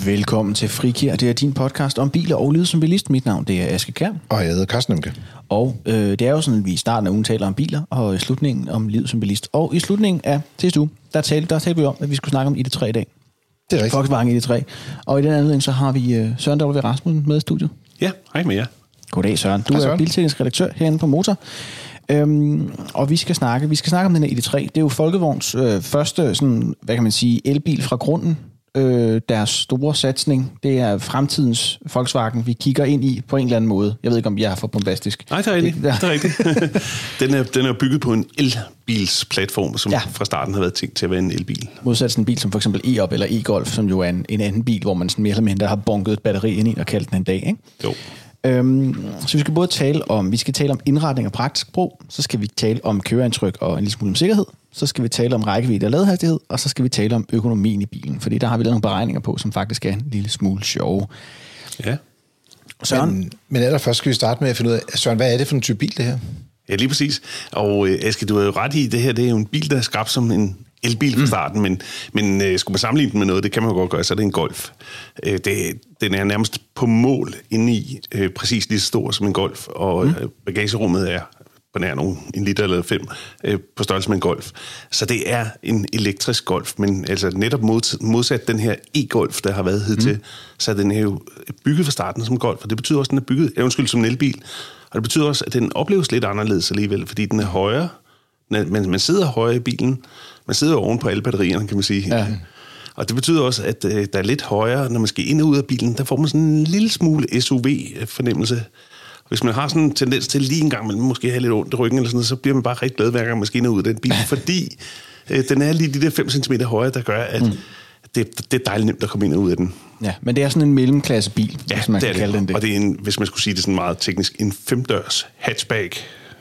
Velkommen til Frikær. Det er din podcast om biler og lyd som bilist. Mit navn det er Aske Kjær. Og jeg hedder Carsten Emke. Og det er jo sådan, at vi i starten af ugen taler om biler, og i slutningen om lyd som bilist. Og i slutningen af sidste uge, der talte vi om, at vi skulle snakke om ID3 i dag. Det er rigtigt. Volkswagen ID3. Og i den anledning, så har vi Søren W. Rasmussen med i studiet. Ja, hej med jer. Goddag Søren. Du er bilteknisk redaktør herinde på Motor. Og vi skal snakke om den her ID3. Det er jo Folkevogns første, sådan, hvad kan man sige, elbil fra grunden. Deres store satsning, det er fremtidens Volkswagen, vi kigger ind i på en eller anden måde. Jeg ved ikke, om jeg er for bombastisk. Nej, det er rigtigt. Det er rigtigt. den er bygget på en elbilsplatform, som fra starten har været tænkt til at være en elbil. Modsat en bil som for eksempel E-Up eller E-Golf, som jo er en anden bil, hvor man sådan mere eller mindre har bunket et batteri ind i og kaldt den en dag, ikke? Jo. Så vi skal både tale om indretning og praktisk brug, så skal vi tale om køreindtryk og en lille smule om sikkerhed, så skal vi tale om rækkevidde og ladehastighed, og så skal vi tale om økonomien i bilen, fordi der har vi lavet nogle beregninger på, som faktisk er en lille smule sjove. Ja. Søren? Men allerførst skal vi starte med at finde ud af, Søren, hvad er det for en type bil, det her? Ja, lige præcis. Og Aske, du har jo ret i, det her det er jo en bil, der er skabt som en elbil fra starten, men skulle man sammenligne den med noget, det kan man jo godt gøre, så er det en Golf. Den er nærmest på mål inde i, præcis lige så stor som en Golf, og bagagerummet er på nær en liter eller 5 på størrelse med en Golf. Så det er en elektrisk Golf, men altså netop modsat den her e-Golf, der har været hidtil, så er den her jo bygget fra starten som en Golf, og det betyder også, at den er bygget, som en elbil, og det betyder også, at den opleves lidt anderledes alligevel, fordi den er højere. Man sidder højere i bilen, man sidder oven på alle batterierne, kan man sige. Ja. Og det betyder også, at der er lidt højere, når man skal ind og ud af bilen, der får man sådan en lille smule SUV-fornemmelse. Hvis man har sådan en tendens til lige en gang, man måske have lidt ondt i ryggen eller sådan noget, så bliver man bare rigtig glad, hver gang man skal ind og ud af den bil, fordi den er lige de der 5 cm højere, der gør, at det er dejligt nemt at komme ind og ud af den. Ja, men det er sådan en mellemklasse bil, hvis man kan kalde den det. Og det er hvis man skulle sige det sådan meget teknisk, en 5-dørs hatchback.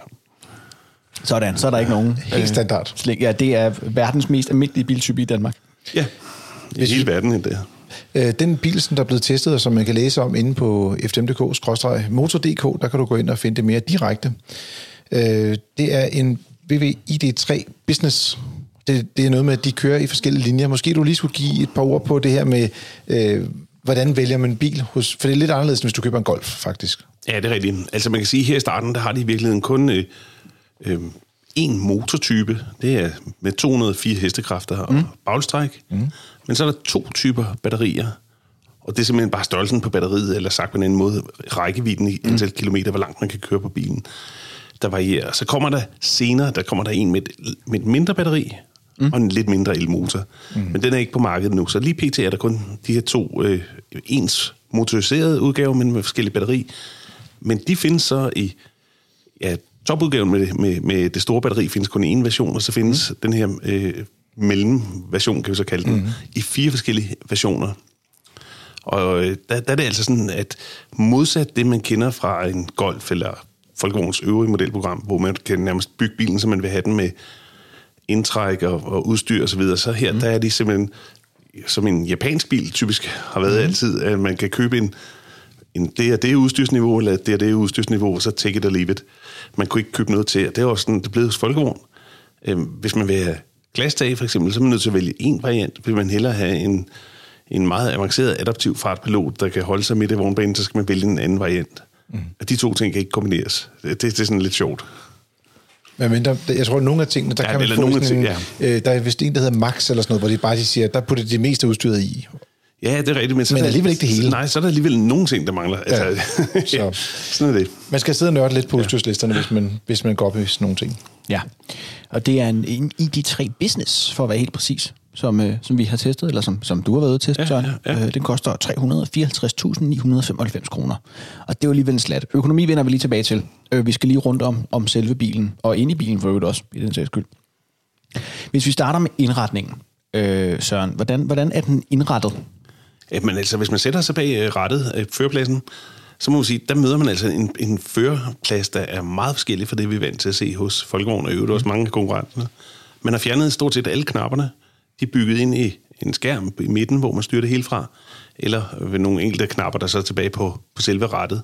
Sådan, så er der ikke nogen... Helt standard. Ja, det er verdens mest almindelige biltype i Danmark. Ja, i hele verden er det. Den bil, som der er blevet testet, og som man kan læse om inde på fdm.dk/motor.dk, der kan du gå ind og finde det mere direkte. Det er en VW ID3 Business. Det er noget med, at de kører i forskellige linjer. Måske du lige skulle give et par ord på det her med, hvordan vælger man en bil hos... For det er lidt anderledes, end hvis du køber en Golf, faktisk. Ja, det er rigtigt. Altså man kan sige, at her i starten, der har de i virkeligheden kun... en motortype, det er med 204 hestekræfter og baghjulstræk. Men så er der 2 typer batterier, og det er simpelthen bare størrelsen på batteriet, eller sagt på en anden måde, rækkevidden i antal kilometer, hvor langt man kan køre på bilen, der varierer. Så kommer der senere, en med et mindre batteri, og en lidt mindre elmotor. Men den er ikke på markedet nu, så lige pt. Er der kun de her 2 ens motoriserede udgaver, men med forskellige batteri. Men de findes så i... Ja, topudgaven med det store batteri findes kun i 1 version, og så findes den her mellemversion, kan vi så kalde den, i 4 forskellige versioner. Og der er det altså sådan, at modsat det, man kender fra en Golf eller Volkswagens øvrige modelprogram, hvor man kan nærmest bygge bilen, så man vil have den med indtræk og udstyr og så videre, så her der er de simpelthen, som en japansk bil typisk har været altid, at man kan købe en det udstyrsniveau, eller det udstyrsniveau, så take it or leave it. Man kunne ikke købe noget til, og det er også sådan, det blev hos Folkevogn. Hvis man vil have glastag for eksempel, så er man nødt til at vælge en variant. Vil man hellere have en meget avanceret adaptiv fartpilot, der kan holde sig midt i vognbanen, så skal man vælge en anden variant. Og de 2 ting kan ikke kombineres. Det er sådan lidt sjovt. Men jeg tror, at nogle af tingene, der kan man få sådan der er vist en, der hedder Max eller sådan noget, hvor de siger, der putter de meste udstyret i. Ja, det er rigtigt. Men alligevel ikke det hele. Nej, så er der alligevel nogle ting, der mangler. Ja. Altså, sådan er det. Man skal sidde og nørde lidt på udstyrslisterne, hvis man går op i sådan nogle ting. Ja, og det er en ID3 Business, for at være helt præcis, som vi har testet, eller som du har været ude at teste, Søren. Ja. Den koster 354.995 kroner. Og det er jo alligevel en slat. Økonomi vender vi lige tilbage til. Vi skal lige rundt om selve bilen, og inde i bilen for øvrigt også, i den sags skyld. Hvis vi starter med indretningen, Søren, hvordan er den indrettet? Men altså, hvis man sætter sig bag rattet, førerpladsen, så må man sige, der møder man altså en førerplads, der er meget forskellig fra det, vi er vant til at se hos Folkevogn, og i øvrigt også mange konkurrenter. Man har fjernet stort set alle knapperne. De er bygget ind i en skærm i midten, hvor man styrer det hele fra, eller ved nogle enkelte knapper, der så er tilbage på selve rattet.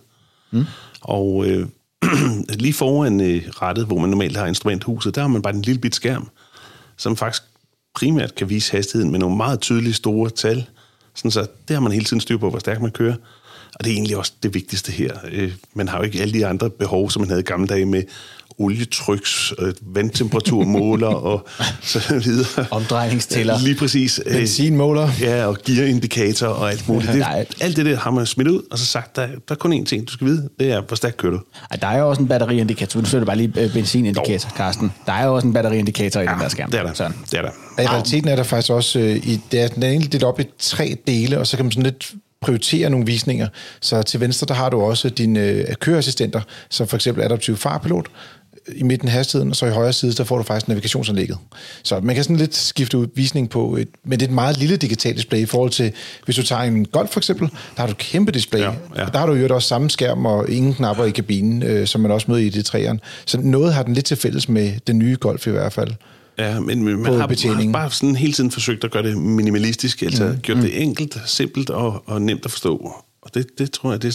Og lige foran rattet, hvor man normalt har instrumenthuset, der har man bare en lille bit skærm, som faktisk primært kan vise hastigheden med nogle meget tydelige store tal, Sådan så det har man hele tiden styr på, hvor stærkt man kører. Og det er egentlig også det vigtigste her. Man har jo ikke alle de andre behov, som man havde i gamle dage med olietryks, vandtemperaturmåler og så videre. Omdrejningstæller. Lige præcis. Benzinmåler. Ja, og gearindikator og alt muligt. Alt det der har man smidt ud, og så sagt, der er kun én ting, du skal vide, det er, hvor stærkt kører du. Der er jo også en batteriindikator. Nu ser du bare lige benzinindikator, Carsten. Der er jo også en batteriindikator i den der skærm. Det er der. Sådan. Det er der. I realiteten er der faktisk også, den er egentlig delt op i 3 dele, og så kan man sådan lidt prioritere nogle visninger. Så til venstre, der har du også dine køreassistenter, som for eksempel adaptiv farpilot, i midten af hastigheden, og så i højre side, der får du faktisk navigationsanlægget. Så man kan sådan lidt skifte ud visning på, men det er et meget lille digitalt display i forhold til, hvis du tager en Golf for eksempel, der har du et kæmpe display. Ja. Der har du jo også samme skærm og ingen knapper i kabinen, som man også møder i ID3'eren. Så noget har den lidt til fælles med den nye Golf i hvert fald. Ja, men man har bare sådan hele tiden forsøgt at gøre det minimalistisk, altså gjort det enkelt, simpelt og nemt at forstå. Og det tror jeg, det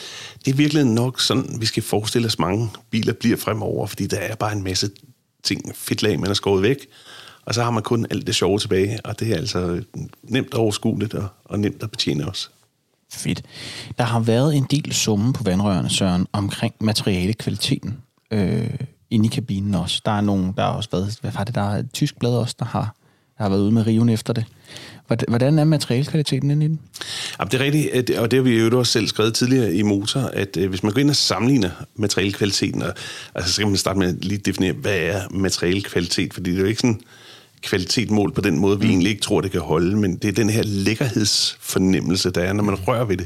er virkelig nok sådan, vi skal forestille os, mange biler bliver fremover, fordi der er bare en masse ting, fedtlag, man har skåret væk, og så har man kun alt det sjove tilbage, og det er altså nemt overskueligt og nemt at betjene også. Fedt. Der har været en del summe på vandrørene, Søren, omkring materialekvaliteten inde i kabinen også. Der har også været, der er et tysk blad også, der har været ude med riven efter det. Hvordan er materialekvaliteten inde i den? Jamen, det er rigtigt, og det har vi jo også selv skrevet tidligere i Motor, at hvis man går ind og sammenligner materialekvaliteten, så skal man starte med at lige definere, hvad er materialekvalitet, fordi det er jo ikke sådan kvalitetmål på den måde, vi egentlig ikke tror, det kan holde, men det er den her lækkerhedsfornemmelse, der er, når man rører ved det.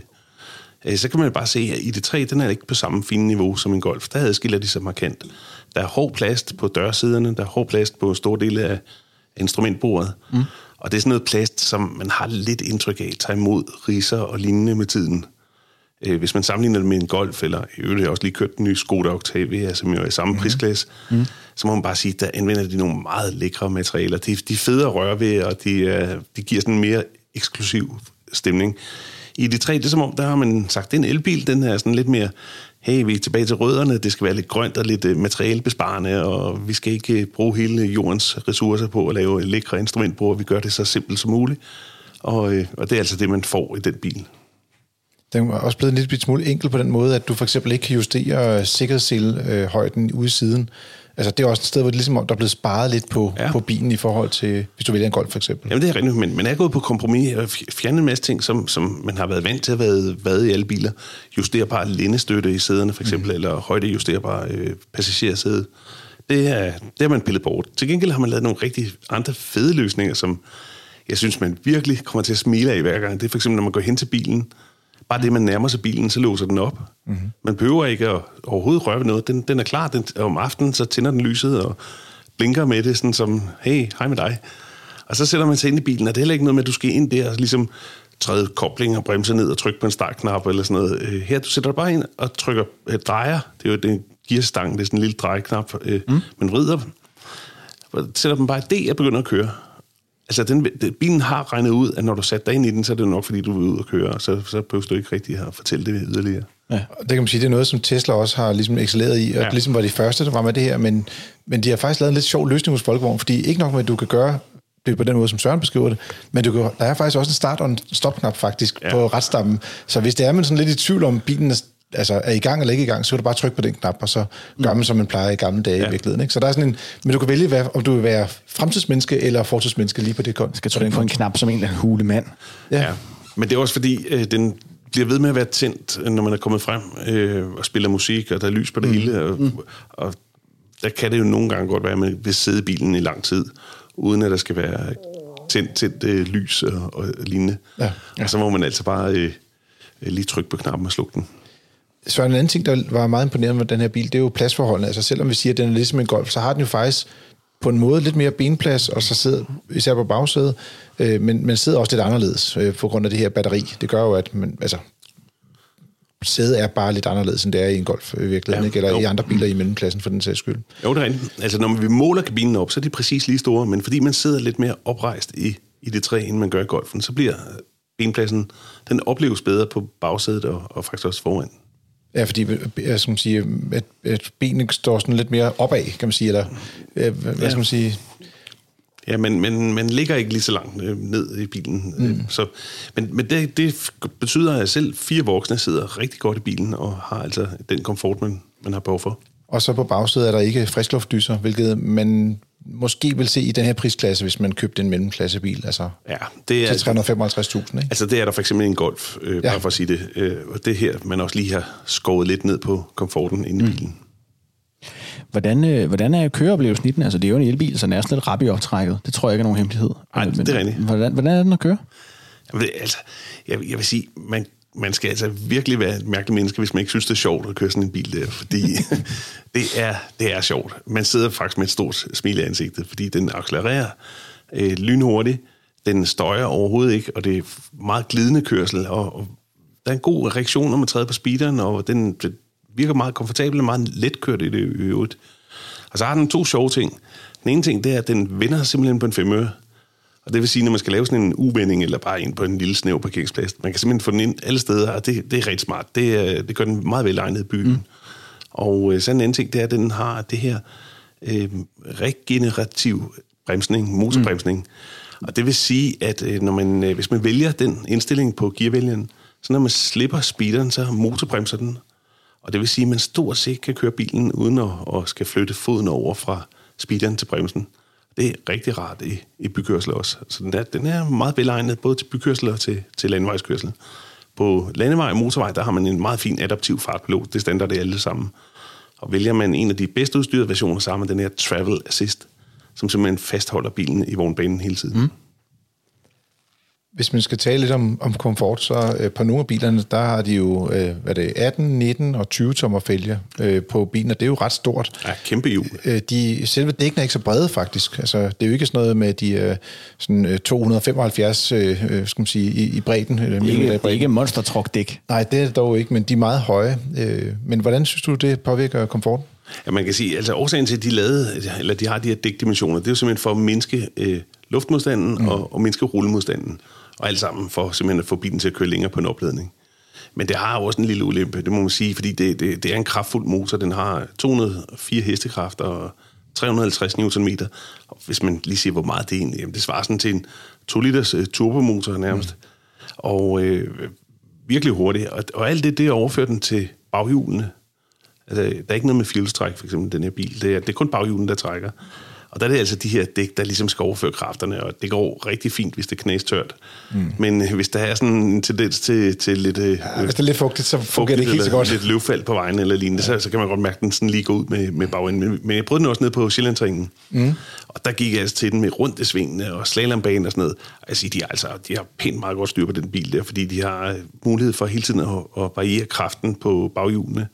Så kan man bare se, at ID3, den er ikke på samme fine niveau som en Golf. Der adskiller de sig markant. Der er hård plast på dørsiderne, der er hård plast på store dele af instrumentbordet. Og det er sådan noget plast, som man har lidt indtryk af, tager imod ridser og lignende med tiden. Hvis man sammenligner det med en Golf, eller i øvrigt har jeg også lige kørt den nye Skoda Octavia, som jo er i samme prisklasse, så må man bare sige, at der anvender de nogle meget lækre materialer. De er fede at røre ved, og de giver sådan en mere eksklusiv stemning. I de 3, det er som om, der har man sagt, det er en elbil, den er sådan lidt mere, hey, vi er tilbage til rødderne, det skal være lidt grønt og lidt materialebesparende, og vi skal ikke bruge hele jordens ressourcer på at lave lækre instrumentbord, vi gør det så simpelt som muligt, og det er altså det, man får i den bil. Den er også blevet en lille smule enkel på den måde, at du for eksempel ikke kan justere sikkerhedsselhøjden ude i siden. Altså, det er også et sted, hvor det ligesom om, der er blevet sparet lidt på bilen i forhold til, hvis du vælger en Golf for eksempel. Jamen, det er rigtigt, men man er gået på kompromis og fjernet en masse ting, som man har været vant til at være i alle biler. Justerbar lindestøtte i sæderne for eksempel, eller højdejusterbar passagersæde. Det har man pillet bort. Til gengæld har man lavet nogle rigtig andre fede løsninger, som jeg synes, man virkelig kommer til at smile af hver gang. Det er for eksempel, når man går hen til bilen. Bare det, man nærmer sig bilen, så låser den op. Man behøver ikke at overhovedet røre ved noget. Den er klar. Om aftenen, så tænder den lyset og blinker med det, sådan som, hey, hej med dig. Og så sætter man sig ind i bilen, og det er heller ikke noget med, at du skal ind der og ligesom træde kobling og bremse ned og trykke på en startknap eller sådan noget. Her, du sætter dig bare ind og drejer. Det er jo den gearstang, det er sådan en lille drejeknap. Man vrider. Sætter dem bare i D og begynder at køre. Altså, bilen har regnet ud, at når du satte dig ind i den, så er det nok, fordi du vil ud og køre, så behøver du ikke rigtig at fortælle det yderligere. Ja. Det kan man sige, det er noget, som Tesla også har ligesom excelleret i, og ligesom var de første, der var med det her, men de har faktisk lavet en lidt sjov løsning hos Folkevogn, fordi ikke nok med, at du kan gøre det på den måde, som Søren beskriver det, men der er faktisk også en start- og en stopknap faktisk på retstammen, så hvis det er man sådan lidt i tvivl om bilen er i gang eller ikke i gang, så kan du bare trykke på den knap, og så gør man, som man plejer i gamle dage i virkeligheden. Ikke? Så der er sådan men du kan vælge, om du vil være fremtidsmenneske eller fortidsmenneske lige på det konto. Skal trykke på en knap som en eller anden hulemand. Ja, men det er også fordi, den bliver ved med at være tændt, når man er kommet frem og spiller musik, og der er lys på det hele, og der kan det jo nogle gange godt være, at man vil sidde i bilen i lang tid, uden at der skal være tændt lys og lignende. Ja. Og så må man altså bare lige trykke på knappen og slukke den. Så en anden ting, der var meget imponerende med den her bil, det er jo pladsforholdene. Altså selvom vi siger, at den er ligesom en Golf, så har den jo faktisk på en måde lidt mere benplads, og så sidder især på bagsædet, men sidder også lidt anderledes på grund af det her batteri. Det gør jo, at sædet er bare lidt anderledes, end det er i en Golf i virkeligheden, ikke? Eller i andre biler i mellemklassen for den sags skyld. Jo, det er rigtigt. Altså når vi måler kabinen op, så er de præcis lige store, men fordi man sidder lidt mere oprejst i det træ, end man gør i Golfen, så bliver benpladsen, den opleves bedre på bagsædet og faktisk også foran. Ja, fordi jeg skal sige, at benene står sådan lidt mere opad, kan man sige, eller hvad skal man sige? Ja, men man ligger ikke lige så langt ned i bilen. Men det betyder, at selv 4 voksne sidder rigtig godt i bilen og har altså den komfort, man har behov for. Og så på bagsædet er der ikke friskluftdyser, hvilket man måske vil se i den her prisklasse, hvis man købte en mellemklassebil, altså det er til 355.000, ikke? Altså det er der for eksempel en Golf, bare for at sige det. Og det her, man også lige har skåret lidt ned på komforten inde i bilen. Hvordan er køreoplevelsen i den? Altså det er jo en elbil, så den er sådan lidt rap i optrækket. Det tror jeg ikke er nogen hemmelighed. Nej, det er rigtigt. Hvordan er den at køre? Altså, jeg vil sige, man skal altså virkelig være et mærkeligt menneske, hvis man ikke synes, det er sjovt at køre sådan en bil der, fordi det er sjovt. Man sidder faktisk med et stort smil i ansigtet, fordi den accelererer lynhurtigt, den støjer overhovedet ikke, og det er meget glidende kørsel, og der er en god reaktion, når man træder på speederen, og den virker meget komfortabel og meget letkørt i det øvrigt. Og så har den 2 sjove ting. Den ene ting, det er, at den vender simpelthen på en 5-øre. Og det vil sige, når man skal lave sådan en uvending, eller bare ind på en lille snæv parkeringsplads, man kan simpelthen få den ind alle steder, og det er rigtig smart. Det gør den meget velegnet i byen. Og så en anden ting, det er, at den har det her regenerativ bremsning, motorbremsning. Og det vil sige, at hvis man vælger den indstilling på gearvælgeren, så når man slipper speederen, så motorbremser den. Og det vil sige, at man stort set kan køre bilen uden at skal flytte foden over fra speederen til bremsen. Det er rigtig rart i bykørsel også. Så den er meget velegnet både til bykørsel og til landevejskørsel. På landevej og motorvej, der har man en meget fin adaptiv fartpilot. Det standard er alle sammen. Og vælger man en af de bedst udstyrede versioner, så har man den her Travel Assist, som simpelthen fastholder bilen i vognbanen hele tiden. Hvis man skal tale lidt om komfort, så på nogle af bilerne, der har de jo 18, 19 og 20 tommer fælge på bilen, og det er jo ret stort. Ja, kæmpe hjul. Selve dækkene er ikke så brede faktisk. Altså, det er jo ikke sådan noget med de sådan 275 skal man sige, i bredden. Det er ikke monstertruck-dæk. Nej, det er det dog ikke, men de er meget høje. Men hvordan synes du, det påvirker komforten? Ja, man kan sige, altså årsagen til, at de har de her dækdimensioner, det er jo simpelthen for at mindske luftmodstanden og mindske rullemodstanden. Og alt sammen for simpelthen at få bilen til at køre længere på en opladning. Men det har også en lille ulempe, det må man sige, fordi det er en kraftfuld motor. Den har 204 hestekræfter og 350 Nm. Og hvis man lige siger, hvor meget det er egentlig, det svarer sådan til en 2-liters turbomotor nærmest. Og virkelig hurtigt. Og alt det overfører den til baghjulene. Altså, der er ikke noget med fjolstræk, for eksempel den her bil. Det er kun baghjulene, der trækker. Og der er det altså de her dæk, der ligesom skal overføre kræfterne, og det går rigtig fint, hvis det er knæstørt. Men hvis der er sådan en tendens til lidt... hvis det er lidt fugtigt, så fungerer det ikke helt så godt. Lidt løvfald på vejen eller lignende, så kan man godt mærke, at den sådan lige går ud med bagenden. Men jeg prøvede den også ned på Sjællandsringen, og der gik jeg altså til den med rundt i svingene og slalombanen og sådan noget. Altså, de har pænt meget godt styr på den bil der, fordi de har mulighed for hele tiden at variere kraften på baghjulene.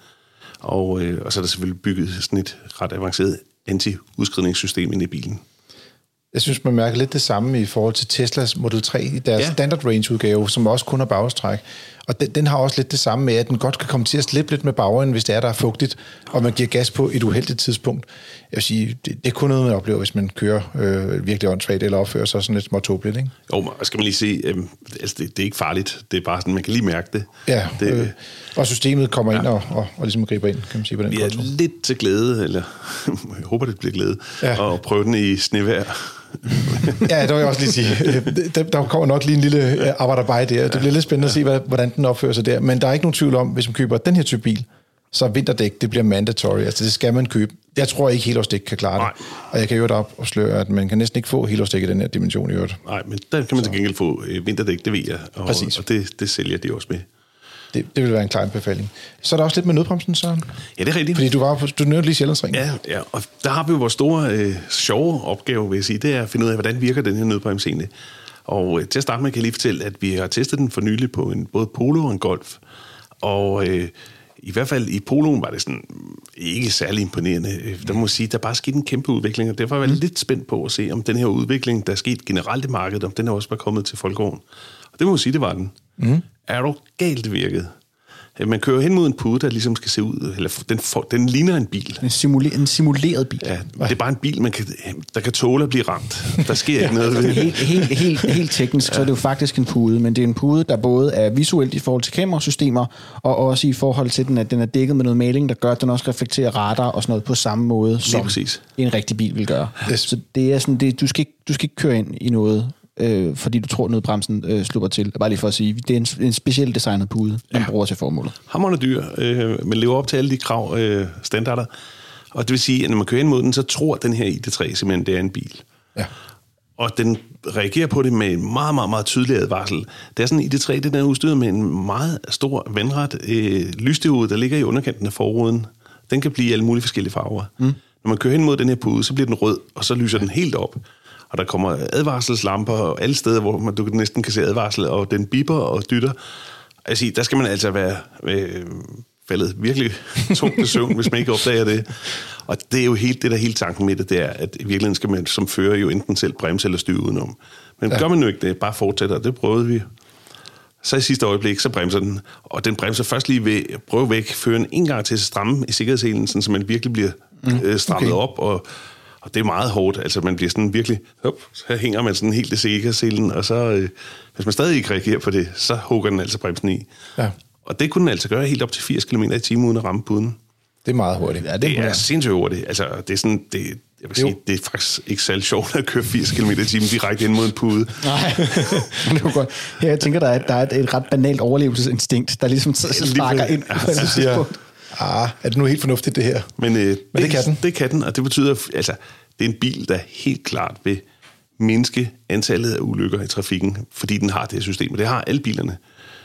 Og så er der selvfølgelig bygget sådan et ret avanceret anti-udskridningssystem ind i bilen. Jeg synes, man mærker lidt det samme i forhold til Teslas Model 3 i deres standard range-udgave, som også kun har bagstræk. Og den har også lidt det samme med, at den godt kan komme til at slippe lidt med bagenden, hvis det er, der er fugtigt, og man giver gas på et uheldigt tidspunkt. Jeg vil sige, det er kun noget, man oplever, hvis man kører virkelig åndssvagt eller opfører sig sådan lidt småtåbeligt, ikke? Jo, skal man lige sige, altså det er ikke farligt. Det er bare sådan, man kan lige mærke det. Ja, og systemet kommer ind og ligesom griber ind, kan man sige på den konto. Vi er lidt til glæde, eller jeg håber, det bliver glæde, og prøve den i snevejr. Ja, det vil jeg også lige sige. Der kommer nok lige en lille arbejderbej der. Det bliver lidt spændende at se, hvordan den opfører sig der. Men der er ikke nogen tvivl om, hvis man køber den her type bil, så vinterdæk, det bliver mandatory. Altså, det skal man købe. Jeg tror ikke, helårsdæk kan klare det. Nej. Og jeg kan jo op og sløre, at man kan næsten ikke få helårsdæk i den her dimension i øvrigt. Nej, men der kan man til gengæld få vinterdæk, det ved jeg. Præcis. Og det sælger de også med. Det vil være en klar anbefaling. Så er der også lidt med nødbremsen, Søren. Ja, det er rigtigt. Fordi du nævnte lige Sjællandsringen. Ja, og der har vi jo vores store, sjove opgave, vil jeg sige. Det er at finde ud af, hvordan virker den her nødbremse egentlig. Og til at starte med kan jeg lige fortælle, at vi har testet den for nylig på både Polo og en Golf. Og i hvert fald i Poloen var det sådan ikke særlig imponerende. Der må sige, der bare skete en kæmpe udvikling, og derfor var jeg lidt spændt på at se, om den her udvikling, der er sket generelt i markedet, om den også var kommet til folkevogn. Og det må jeg sige, det var den. Er du galt virket? Man kører hen mod en pude, der ligesom skal se ud, eller den ligner en bil. En simuleret bil. Ja, det er bare en bil, der kan tåle at blive ramt. Der sker ikke noget ved det. Helt teknisk, så er det jo faktisk en pude, men det er en pude, der både er visuelt i forhold til kamerasystemer, og også i forhold til, at den er dækket med noget maling, der gør, at den også reflekterer radar og sådan noget på samme måde, som en rigtig bil vil gøre. Yes. Så det er sådan, du skal ikke køre ind i noget, fordi du tror, nødbremsen slupper til. Bare lige for at sige, det er en specielt designet pude, man bruger til formålet. Hamrende dyr, men lever op til alle de krav, standarder. Og det vil sige, at når man kører ind mod den, så tror den her ID3 simpelthen, det er en bil. Ja. Og den reagerer på det med en meget, meget, meget tydelig advarsel. Det er sådan, en ID3, den er udstyret med en meget stor vandret lysdiode, der ligger i underkanten af forruden. Den kan blive alle mulige forskellige farver. Når man kører hen mod den her pude, så bliver den rød, og så lyser den helt op. Og der kommer advarselslamper og alle steder, hvor du næsten kan se advarsel, og den bipper og dytter. Altså, der skal man altså være faldet virkelig tungt til søvn, hvis man ikke opdager det. Og det er jo helt det, der hele tanken med det, det er, at i virkeligheden skal man som fører jo enten selv bremse eller styre udenom. Men gør man jo ikke det, bare fortsætter, det prøvede vi. Så i sidste øjeblik, så bremser den, og den bremser først lige ved at prøve væk føreren en gang til at stramme i sikkerhedsselen, så man virkelig bliver strammet op, og det er meget hårdt, altså man bliver sådan virkelig, så hænger man sådan helt i sikkerhedsselen, og så, hvis man stadig ikke reagerer på det, så hugger den altså bremsen i. Ja. Og det kunne den altså gøre helt op til 80 km i timen uden at ramme puden. Det er meget hurtigt. Ja, det er sindssygt hurtigt. Altså, det er sådan, jeg vil sige, det er faktisk ikke særlig sjovt at køre 80 km i timen direkte ind mod en pude. Nej, det var godt. Her, jeg tænker, der er et ret banalt overlevelsesinstinkt, der ligesom sparker ind. Er det nu helt fornuftigt, det her? Men det kan den. Det kan den, og det betyder, altså, det er en bil, der helt klart vil mindske antallet af ulykker i trafikken, fordi den har det her system, og det har alle bilerne.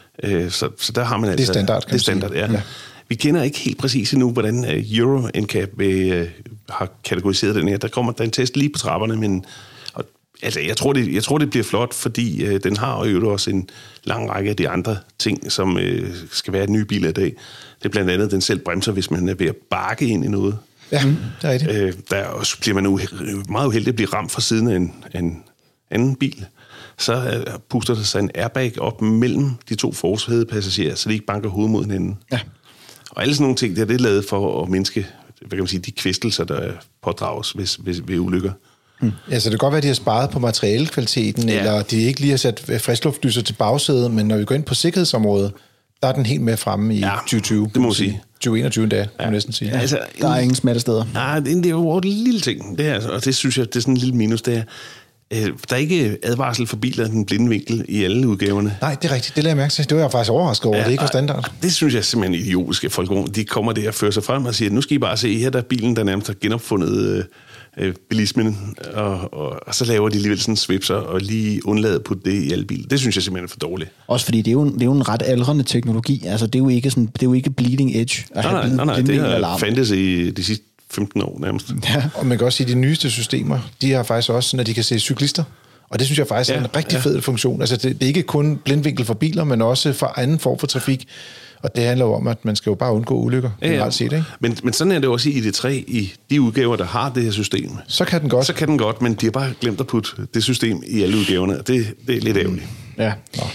Så der har man altså... Det er standard, kan det er standard, ja. Vi kender ikke helt præcis endnu, hvordan Euro NCAP har kategoriseret den her. Der kommer en test lige på trapperne, men altså, jeg tror, det bliver flot, fordi den har jo også en lang række af de andre ting, som skal være nye biler i dag. Det er blandt andet, den selv bremser, hvis man er ved at bakke ind i noget. Ja, det er rigtigt. Der bliver man meget uheldig at blive ramt fra siden af en anden bil. Så puster der sig en airbag op mellem de to forsædepassagerer, så de ikke banker hovedet mod hinanden. Ja. Og alle sådan nogle ting, det er lavet for at mindske, hvad kan man sige, de kvæstelser, der pådrages ved ulykker. Ja, så det kan godt være, at de har sparet på materialekvaliteten, eller de ikke lige har sat friskluftlyser til bagsædet, men når vi går ind på sikkerhedsområdet, der er den helt med fremme i 2020. Det må sige. 2021 endda, kan man næsten sige. Ja, altså, der er ingen smatte steder. Nej, det er jo et lille ting. Det er, og det synes jeg, det er sådan en lille minus, det er. Der er ikke advarsel for biler af den blinde vinkel i alle udgaverne. Nej, det er rigtigt. Det lader jeg mærke til. Det var jeg faktisk overrasket over. Det er ikke for standard. Det synes jeg simpelthen idiotisk, at folk de kommer der og fører sig frem og siger, nu skal I bare se, her der er bilen, der nærmest har genopfundet bilismen, og så laver de alligevel sådan svipser og lige undlader at putte det i alle biler. Det synes jeg simpelthen er for dårligt. Også fordi det er jo en ret aldrende teknologi. Altså det er jo ikke bleeding edge. Nej, det er fantasy de sidste 15 år nærmest. Ja. Og man kan også sige, at de nyeste systemer, de har faktisk også sådan, at de kan se cyklister. Og det synes jeg faktisk er en rigtig fed funktion. Altså det er ikke kun blindvinkel for biler, men også for anden form for trafik. Og det handler jo om, at man skal jo bare undgå ulykker. Ja. Set, ikke? Men sådan er det også i ID3, i de udgaver, der har det her system. Så kan den godt. Men de har bare glemt at putte det system i alle udgaverne. Det er lidt ærgerligt. Ja.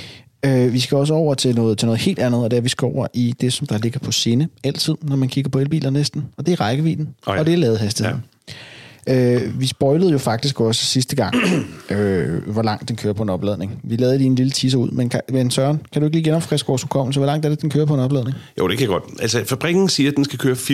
Vi skal også over til noget helt andet, og det er, at vi skal over i det, som der ligger på sinde altid, når man kigger på elbiler næsten. Og det er rækkevidden, og det er ladehastigheden. Ja. Vi spoilede jo faktisk også sidste gang, hvor langt den kører på en opladning. Vi lavede lige en lille teaser ud, men Søren, kan du ikke lige genopfriske vores hukommelse? Hvor langt er det, den kører på en opladning? Jo, det kan jeg godt. Altså, fabrikken siger, at den skal køre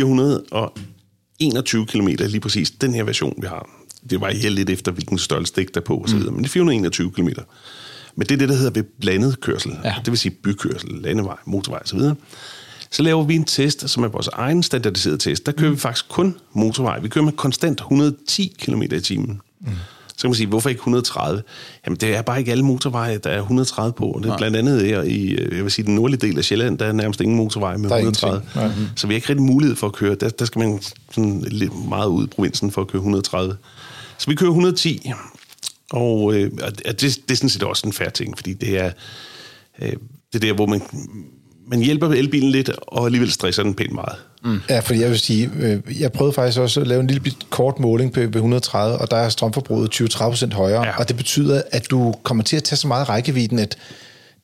421 km lige præcis. Den her version, vi har. Det var lidt efter, hvilken størrelse dæk der på, og så videre. Men det er 421 km. Men det er det, der hedder ved blandet kørsel. Ja. Det vil sige bykørsel, landevej, motorvej osv. Så laver vi en test, som er vores egen standardiserede test. Der kører vi faktisk kun motorvej. Vi kører med konstant 110 km i timen. Så kan man sige, hvorfor ikke 130? Jamen, det er bare ikke alle motorveje, der er 130 på. Det er blandt andet her i, jeg vil sige, den nordlige del af Sjælland, der er nærmest ingen motorvej med 130. Så vi har ikke rigtig mulighed for at køre. Der skal man sådan lidt meget ud i provinsen for at køre 130. Så vi kører 110. Og det er sådan set også en fair ting, fordi det er der, hvor man hjælper elbilen lidt, og alligevel stresser den pænt meget. Ja, fordi jeg vil sige, jeg prøvede faktisk også at lave en lille kort måling på 130, og der er strømforbruget 20-30% højere, og det betyder, at du kommer til at tage så meget rækkevidden, at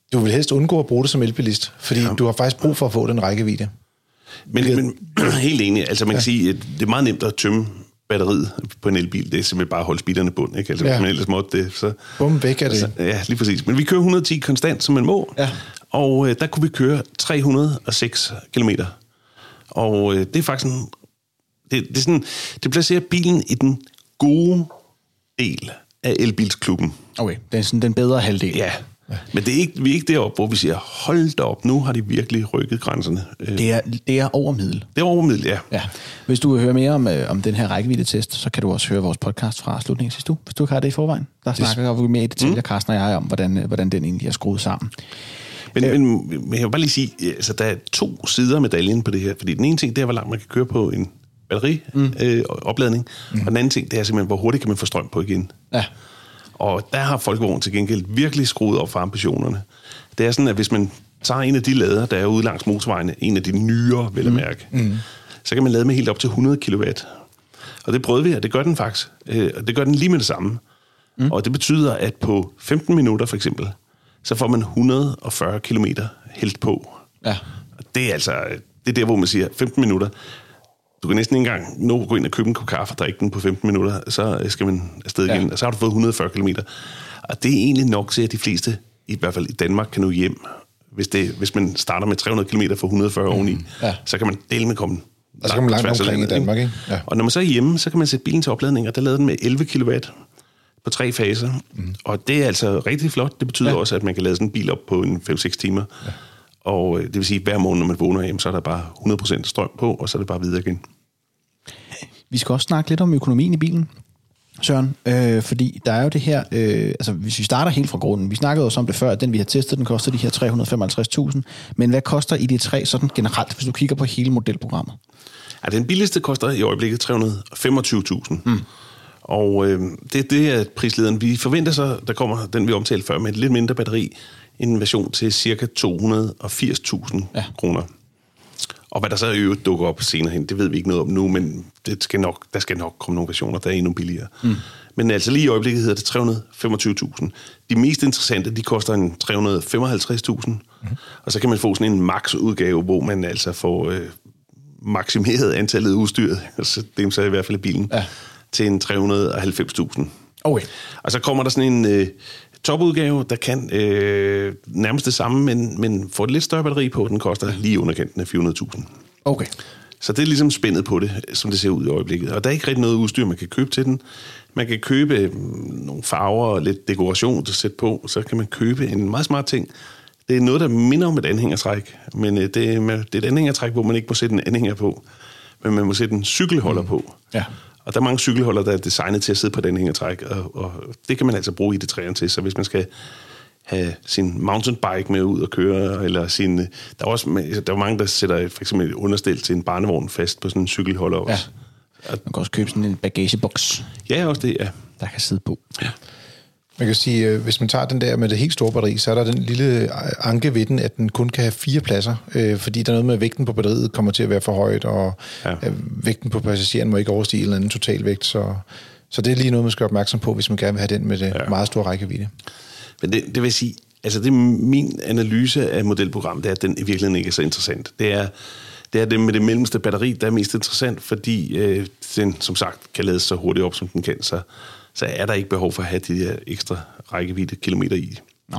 Du vil helst undgå at bruge det som elbilist, fordi du har faktisk brug for at få den rækkevidde. Men helt enig, altså man kan sige, at det er meget nemt at tømme batteriet på en elbil. Det er simpelthen bare at holde speederne bund, ikke? Altså hvis man ellers måtte det, så... Bum, væk er det. Altså, ja, lige præcis. Men vi kører 110 konstant, som man må, og der kunne vi køre 306 kilometer. Og det er faktisk sådan... Det placerer bilen i den gode del af elbilsklubben. Okay, det er sådan den bedre halvdel. Ja. Men vi er ikke deroppe, hvor vi siger, hold da op, nu har de virkelig rykket grænserne. Det er over middel. Det er over middel, ja. Hvis du vil høre mere om den her rækkevidde-test, så kan du også høre vores podcast fra slutningen sidste uge, hvis du ikke har det i forvejen. Der snakker vi mere i detaljer, Carsten og jeg, om hvordan den egentlig er skruet sammen. Men jeg vil bare lige sige, altså der er 2 sider af medaljen på det her, fordi den ene ting, det er, hvor langt man kan køre på en batteriopladning, og den anden ting, det er simpelthen, hvor hurtigt kan man få strøm på igen. Ja. Og der har Folkevogn til gengæld virkelig skruet op for ambitionerne. Det er sådan, at hvis man tager en af de lader, der er ude langs motorvejene, en af de nyere, vel at mærke, så kan man lade med helt op til 100 kW. Og det prøvede vi, og det gør den faktisk. Og det gør den lige med det samme. Og det betyder, at på 15 minutter for eksempel, så får man 140 km hældt på. Ja. Og det er altså, det er der, hvor man siger, 15 minutter. Du kan næsten ikke engang nå at gå ind og købe en kop kaffe og drikke den på 15 minutter, så skal man afsted igen, og så har du fået 140 km. Og det er egentlig nok til, at de fleste, i hvert fald i Danmark, kan nå hjem. Hvis man starter med 300 km for 140 oveni, så kan man dele med komme. Og så kan man langt omkring i Danmark, ikke? Ja. Og når man så er hjemme, så kan man sætte bilen til opladning, og der lavede den med 11 kW på 3 faser. Og det er altså rigtig flot. Det betyder også, at man kan lade sådan en bil op på en 5-6 timer. Ja. Og det vil sige, at hver morgen, når man vågner hjem, så er der bare 100% strøm på, og så er det bare videre igen. Vi skal også snakke lidt om økonomien i bilen, Søren, fordi der er jo det her, altså hvis vi starter helt fra grunden, vi snakkede også om det før, at den vi har testet, den koster de her 355.000, men hvad koster ID3 sådan generelt, hvis du kigger på hele modelprogrammet? Ja, den billigste koster i øjeblikket 325.000. Og det er prislederen. Vi forventer så, der kommer den vi omtalte før, med et lidt mindre batteri, en version til ca. 280.000 kroner. Og hvad der så i øvrigt dukker op senere hen, det ved vi ikke noget om nu, men der skal nok komme nogle versioner, der er endnu billigere. Men altså lige i øjeblikket hedder det 325.000. De mest interessante, de koster en 355.000. Og så kan man få sådan en max-udgave, hvor man altså får maksimeret antallet af udstyret, altså dem så i hvert fald i bilen, til en 390.000. Okay. Og så kommer der sådan en topudgave, der kan nærmest det samme, men får et lidt større batteri på, den koster lige underkanten af 400.000. Okay. Så det er ligesom spændet på det, som det ser ud i øjeblikket. Og der er ikke rigtig noget udstyr, man kan købe til den. Man kan købe nogle farver og lidt dekoration til at sætte på, så kan man købe en meget smart ting. Det er noget, der minder om et anhængertræk, men det er et anhængertræk, hvor man ikke må sætte en anhænger på, men man må sætte en cykelholder på. Ja. Og der er mange cykelholder, der er designet til at sidde på den anhængertræk, og det kan man altså bruge i det træerne til. Så hvis man skal have sin mountainbike med ud og køre, eller sin... Der er mange, der sætter for eksempel et understel til en barnevogn fast på sådan en cykelholder også. Ja. Man kan også købe sådan en bagageboks. Ja, også det, ja. Der kan sidde på. Ja. Man kan sige, hvis man tager den der med det helt store batteri, så er der den lille anke ved den, at den kun kan have 4 pladser, fordi der er noget med, at vægten på batteriet kommer til at være for højt, og vægten på passageren må ikke overstige en eller anden totalvægt, så det er lige noget, man skal være opmærksom på, hvis man gerne vil have den med det meget store rækkevidde. Men det vil sige, altså det er min analyse af modelprogrammet, det er, at den i virkeligheden ikke er så interessant. Det er det med det mellemste batteri, der er mest interessant, fordi den som sagt kan lades så hurtigt op, som den kan, så er der ikke behov for at have de der ekstra rækkevidde kilometer i. Nej.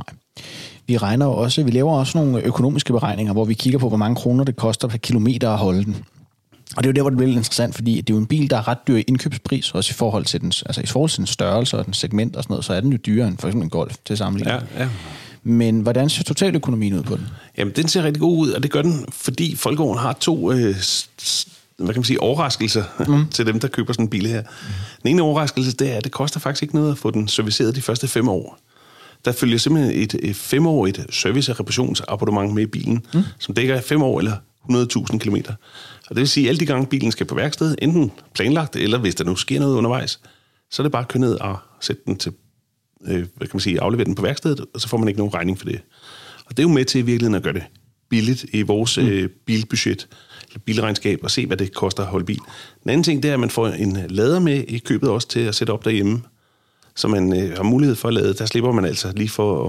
Vi laver også nogle økonomiske beregninger, hvor vi kigger på, hvor mange kroner det koster per kilometer at holde den. Og det er jo der, hvor det bliver interessant, fordi det er jo en bil, der er ret dyr i indkøbspris, også i forhold til dens størrelse og den segment og sådan noget, så er den jo dyrere end for eksempel en Golf til sammenligning. Ja. Men hvordan ser totaløkonomien ud på den? Jamen, den ser rigtig god ud, og det gør den, fordi Folkevogn har 2 overraskelser til dem, der køber sådan en bil her. Den ene overraskelse, det er, at det koster faktisk ikke noget at få den serviceret de første 5 år. Der følger simpelthen et 5-årigt service- og reparationsabonnement med i bilen, som dækker 5 år eller 100.000 kilometer. Og det vil sige, at alle de gange bilen skal på værksted, enten planlagt, eller hvis der nu sker noget undervejs, så er det bare at køre ned og sætte den til, aflevere den på værkstedet, og så får man ikke nogen regning for det. Og det er jo med til i virkeligheden at gøre det billigt i vores bilbudget, eller bilregnskab, og se, hvad det koster at holde bil. Den anden ting, det er, at man får en lader med i købet også til at sætte op derhjemme, så man har mulighed for at lade. Der slipper man altså lige for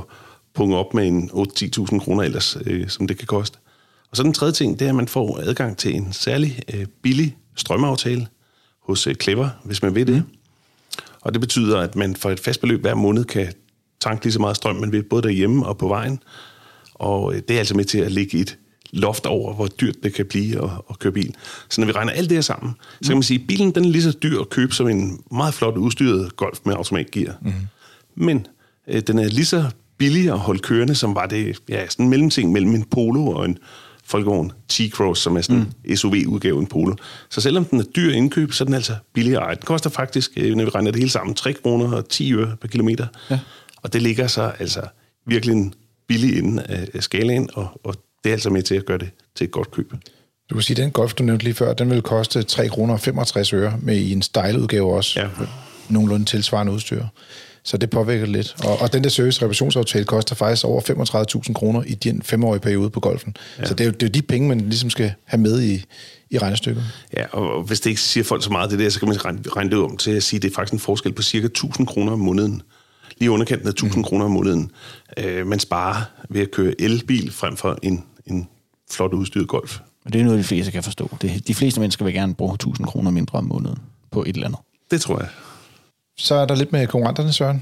punge op med en 8-10.000 kroner ellers, som det kan koste. Og så den tredje ting, det er, at man får adgang til en særlig billig strømaftale hos Clever, hvis man vil det. Og det betyder, at man for et fast beløb hver måned kan tanke lige så meget strøm, man vil, både derhjemme og på vejen. Og det er altså med til at lægge et loft over, hvor dyrt det kan blive at køre bil. Så når vi regner alt det her sammen, så kan man sige, at bilen den er lige så dyr at købe som en meget flot udstyret Golf med automatgear. Men den er lige så billig at holde kørende, som var det sådan en mellemting mellem en Polo og en Folkevogn T-Cross, som er sådan en SUV-udgave af en Polo. Så selvom den er dyr indkøb, så er den altså billigere. Den koster faktisk, når vi regner det hele sammen, 3 kroner og 10 øre per kilometer. Ja. Og det ligger så altså virkelig en billig ende af skalaen, og det er altså med til at gøre det til et godt køb. Du kan sige, at den Golf, du nævnte lige før, den vil koste 3 kroner og 65 øre, med i en style-udgave også. Ja. Nogenlunde tilsvarende udstyr. Så det påvirker lidt. Og den der service-reparationsaftale koster faktisk over 35.000 kroner i den 5-årige periode på Golfen. Ja. Så det er jo de penge, man ligesom skal have med i regnestykket. Ja, og hvis det ikke siger folk så meget det der, så kan man regne det om til at sige, at det er faktisk en forskel på cirka 1.000 kroner om måneden. Lige underkanten af 1.000 kroner om måneden. Man sparer ved at køre elbil frem for en flot udstyret Golf. Og det er noget, de fleste kan forstå. De fleste mennesker vil gerne bruge 1.000 kroner mindre om måneden på et eller andet. Det tror jeg. Så er der lidt med konkurrenterne, Søren.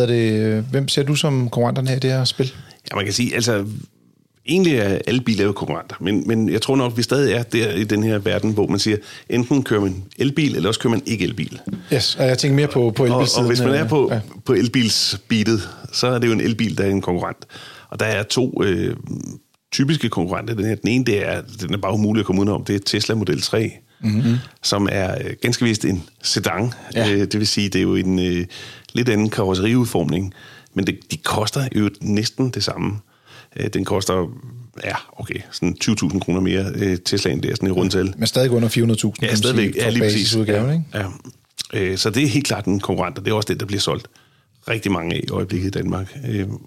Hvem ser du som konkurrenterne her i det her spil? Ja, man kan sige, altså egentlig er alle biler jo konkurrenter, men jeg tror nok, vi stadig er der i den her verden, hvor man siger, enten kører man elbil, eller også kører man ikke elbil. Yes, og jeg tænker mere på elbilsiden. Og hvis man er på elbilsbeatet, så er det jo en elbil, der er en konkurrent. Og der er to typiske konkurrenter. Den ene, den er bare umulig at komme udenom, det er Tesla Model 3, som er ganske vist en sedan. Ja. Det vil sige, det er jo en lidt anden karosseriudformning, men de koster jo næsten det samme. Den koster, sådan 20.000 kroner mere. Teslaen, det er sådan i rundtal. Men stadig under 400.000. Ja, stadigvæk. Ja, lige præcis. Udgaven, ja. Så det er helt klart en konkurrent, og det er også det, der bliver solgt rigtig mange af i øjeblikket i Danmark.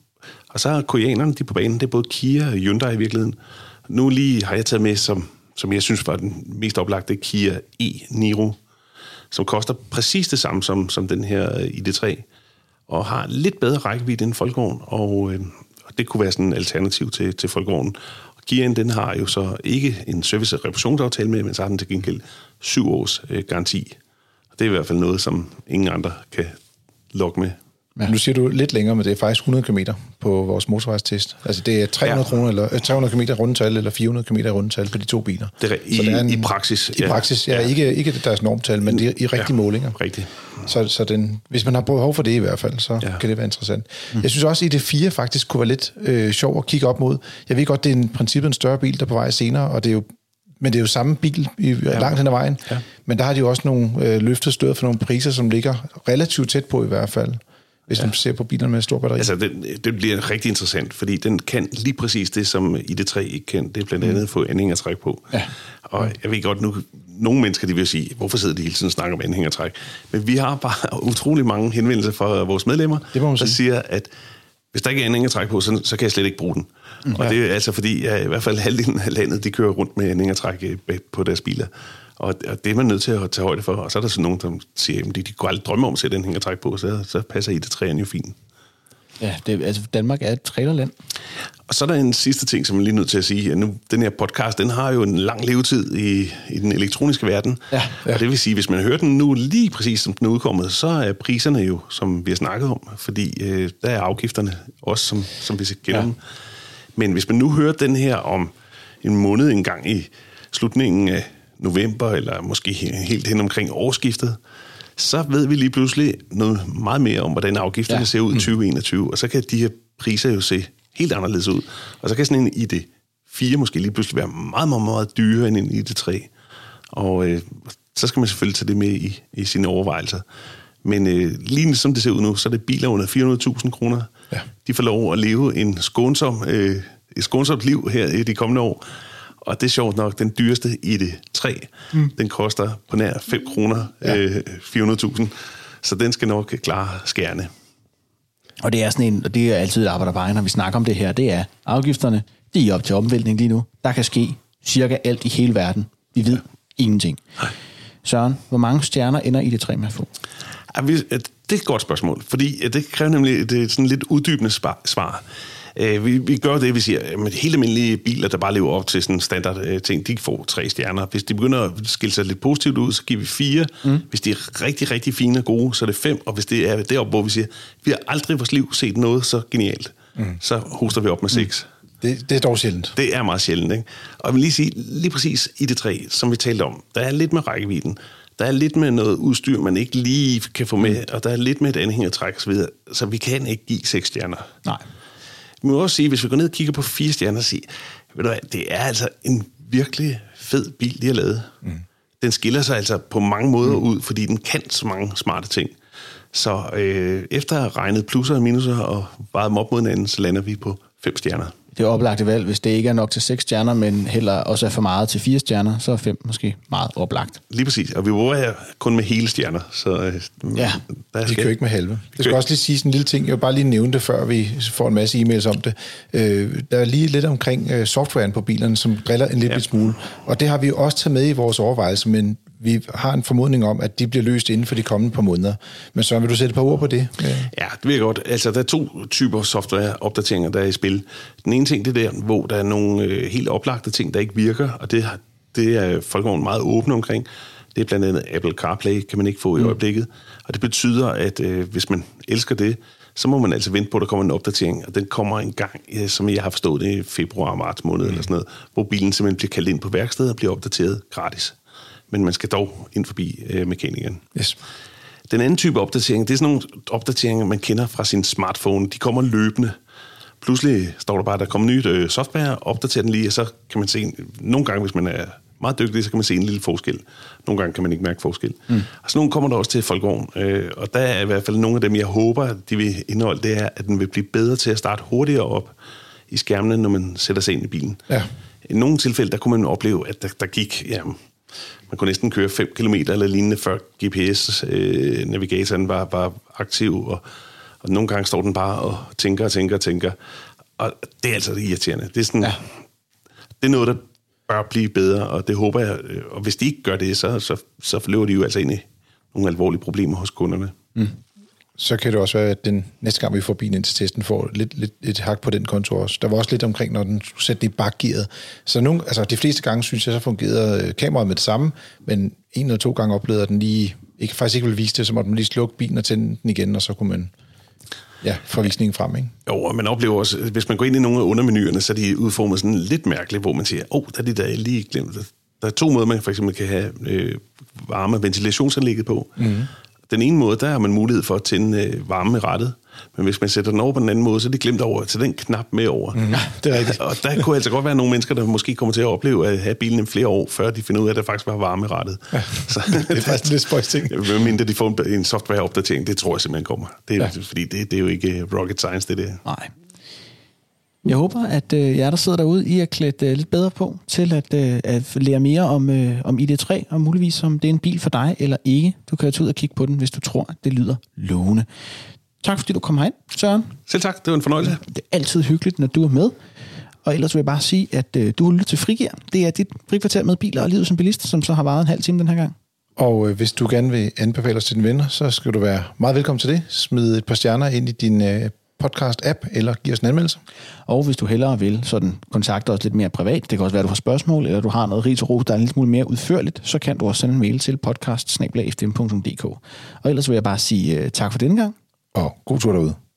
Og så er koreanerne, de på banen, det er både Kia og Hyundai i virkeligheden. Nu lige har jeg taget med, som jeg synes var den mest oplagte, Kia e-Niro, som koster præcis det samme som den her ID3, og har lidt bedre rækkevidde end Folkevogn, og det kunne være sådan en alternativ til Folkevognen. Og Kiaen, den har jo så ikke en service- og reparationsaftale med, men så har den til gengæld 7 års garanti. Og det er i hvert fald noget, som ingen andre kan lokke med. Ja. Nu siger du lidt længere, men det er faktisk 100 km på vores motorvejstest. Altså det er 300 kroner eller 300 km rundetal eller 400 km rundetal på de to biler. Det er i praksis. I praksis, ja. Ikke deres normtal, men i rigtige målinger. Rigtigt. Så hvis man har behov for det i hvert fald, så kan det være interessant. Jeg synes også, at ID4 faktisk kunne være lidt sjov at kigge op mod. Jeg ved godt, det er i princippet en større bil, der er på vej senere, og det er jo men det er jo samme bil langt hen ad vejen. Ja. Men der har de jo også nogle løftet stød for nogle priser, som ligger relativt tæt på i hvert fald, hvis man ser på bilerne med stor batteri. Altså, det bliver rigtig interessant, fordi den kan lige præcis det, som ID3 ikke kan. Det er blandt andet at få anhængertræk på. Ja. Og jeg ved godt, nu nogle mennesker, de vil sige, hvorfor sidder de hele tiden og snakker om anhængertræk? Men vi har bare utrolig mange henvendelser fra vores medlemmer, der siger, at hvis der ikke er anhængertræk på, så kan jeg slet ikke bruge den. Og det er altså fordi, i hvert fald halvdelen af landet, de kører rundt med anhængertræk på deres biler. Og det er man nødt til at tage højde for. Og så er der sådan nogen, der siger, at de kunne aldrig drømme om at sætte anhængertræk på, så passer ID3'eren jo fint. Ja, Danmark er et trailerland. Og så er der en sidste ting, som jeg er lige nødt til at sige. At nu, den her podcast, den har jo en lang levetid i den elektroniske verden. Ja. Og det vil sige, hvis man hører den nu lige præcis som den er udkommet, så er priserne jo, som vi har snakket om. Fordi der er afgifterne også, som vi skal gælde dem. Men hvis man nu hører den her om en måned engang i slutningen af november, eller måske helt hen omkring årsskiftet, så ved vi lige pludselig noget meget mere om, hvordan afgifterne ser ud i 2021, og så kan de her priser jo se helt anderledes ud. Og så kan sådan en ID4 måske lige pludselig være meget, meget, meget dyrere end en ID3. Og så skal man selvfølgelig tage det med i sine overvejelser. Men lige som det ser ud nu, så er det biler under 400.000 kroner. Ja. De får lov at leve et skånsomt liv her i de kommende år. Og det er sjovt nok, den dyreste ID3, den koster på nær 5 kroner 400.000. Så den skal nok klare skærne. Og det er sådan en, og det er altid et arbejde vejen, når vi snakker om det her, det er afgifterne, de er op til omvæltning lige nu. Der kan ske cirka alt i hele verden. Vi ved ingenting. Søren, hvor mange stjerner ender ID3 med at få? Det er et godt spørgsmål, fordi det kræver nemlig et sådan lidt uddybende svar. Vi gør det, vi siger, at helt almindelige biler, der bare lever op til sådan en standard ting, de får 3 stjerner. Hvis de begynder at skille sig lidt positivt ud, så giver vi 4. Hvis de er rigtig, rigtig fine og gode, så er det 5. Og hvis det er deroppe, hvor vi siger, vi har aldrig i vores liv set noget så genialt, så hoster vi op med 6. Det er dog sjældent. Det er meget sjældent, ikke? Og jeg vil lige sige, lige præcis ID3, som vi talte om, der er lidt med rækkevidden. Der er lidt med noget udstyr, man ikke lige kan få med, og der er lidt med et anhængertræk osv., så vi kan ikke give 6 stjerner. Nej. Vi må også sige, hvis vi går ned og kigger på 4 stjerner, og siger, ved du hvad, det er altså en virkelig fed bil, de har lavet. Den skiller sig altså på mange måder ud, fordi den kan så mange smarte ting. Så efter at have regnet plusser og minuser og vejet dem op mod hinanden, så lander vi på 5 stjerner. Det er oplagte valg, hvis det ikke er nok til 6 stjerner, men heller også er for meget til 4 stjerner, så er 5 måske meget oplagt. Lige præcis, og vi bruger kun med hele stjerner. Så, ja, vi kører ikke med halve. Jeg skal også lige sige sådan en lille ting, jeg vil bare lige nævne det, før vi får en masse e-mails om det. Der er lige lidt omkring softwaren på bilerne, som driller en lille smule, og det har vi også taget med i vores overvejelser, men vi har en formodning om, at de bliver løst inden for de kommende par måneder. Men så vil du sætte et par ord på det? Ja, det vil jeg godt. Altså, der er 2 typer softwareopdateringer, der er i spil. Den ene ting, det er der, hvor der er nogle helt oplagte ting, der ikke virker, og det er Folkevogn meget åbne omkring. Det er blandt andet Apple CarPlay, kan man ikke få i øjeblikket. Og det betyder, at hvis man elsker det, så må man altså vente på, at der kommer en opdatering, og den kommer en gang, som jeg har forstået det, i februar-marts måned eller sådan noget, hvor bilen simpelthen bliver kaldt ind på værkstedet og bliver opdateret gratis. Men man skal dog ind forbi mekanikeren. Yes. Den anden type opdatering, det er sådan nogle opdateringer, man kender fra sin smartphone. De kommer løbende. Pludselig står der bare, at der kommer nyt software, opdaterer den lige, og så kan man se, nogle gange, hvis man er meget dygtig, så kan man se en lille forskel. Nogle gange kan man ikke mærke forskel. Og så nogle kommer der også til Folkevogn. Og der er i hvert fald nogle af dem, jeg håber, de vil indeholde, det er, at den vil blive bedre til at starte hurtigere op i skærmene, når man sætter sig ind i bilen. Ja. I nogle tilfælde, der kunne man opleve, at der gik... Man kunne næsten køre 5 km eller lignende, før GPS-navigatoren var aktiv, og nogle gange står den bare og tænker. Og det er altså irriterende. Det er, sådan, det er noget, der bør blive bedre, og det håber jeg. Og hvis de ikke gør det, så forløber de jo altså ind i nogle alvorlige problemer hos kunderne. Så kan det også være, at den næste gang, vi får bilen ind til testen, får lidt et hak på den konto også. Der var også lidt omkring, når den sætter det i bakgearet. Så de fleste gange, synes jeg, så fungerede kameraet med det samme, men 1 eller 2 gange oplevede den lige, faktisk ikke ville vise det, så måtte man lige slukke bilen og tænde den igen, og så kunne man få visningen frem, ikke? Jo, og man oplever også, hvis man går ind i nogle af undermenuerne, så er de udformet sådan lidt mærkeligt, hvor man siger, der er de der lige glemt. Der er 2 måder, man for eksempel kan have varme ventilationsanlægget på. Den ene måde, der har man mulighed for at tænde varme med rattet, men hvis man sætter den over på den anden måde, så er det glemt over til den knap med over. Det er rigtigt. Og der kunne altså godt være nogle mennesker, der måske kommer til at opleve at have bilen i flere år, før de finder ud af, at der faktisk var varme i rattet. Ja, så, det er faktisk lidt spøjs ting. Mindre de får en softwareopdatering, det tror jeg simpelthen kommer. Det er, fordi det er jo ikke rocket science, det der. Nej. Jeg håber, at jer, der sidder derude, I er klædt lidt bedre på til at lære mere om ID3, og muligvis om det er en bil for dig eller ikke. Du kan jo tage ud og kigge på den, hvis du tror, at det lyder lovende. Tak fordi du kom herind, Søren. Selv tak, det var en fornøjelse. Det er altid hyggeligt, når du er med. Og ellers vil jeg bare sige, at du har lyttet til Frigir. Det er dit frikvarter med biler og livet som bilist, som så har varet en halv time den her gang. Og hvis du gerne vil anbefale os til dine venner, så skal du være meget velkommen til det. Smid et par stjerner ind i din podcast-app, eller giv os en anmeldelse. Og hvis du hellere vil sådan kontakte os lidt mere privat, det kan også være, at du har spørgsmål, eller du har noget ris og ros, der er en lille smule mere udførligt, så kan du også sende en mail til podcast@fdm.dk. Og ellers vil jeg bare sige tak for denne gang. Og god tur derude.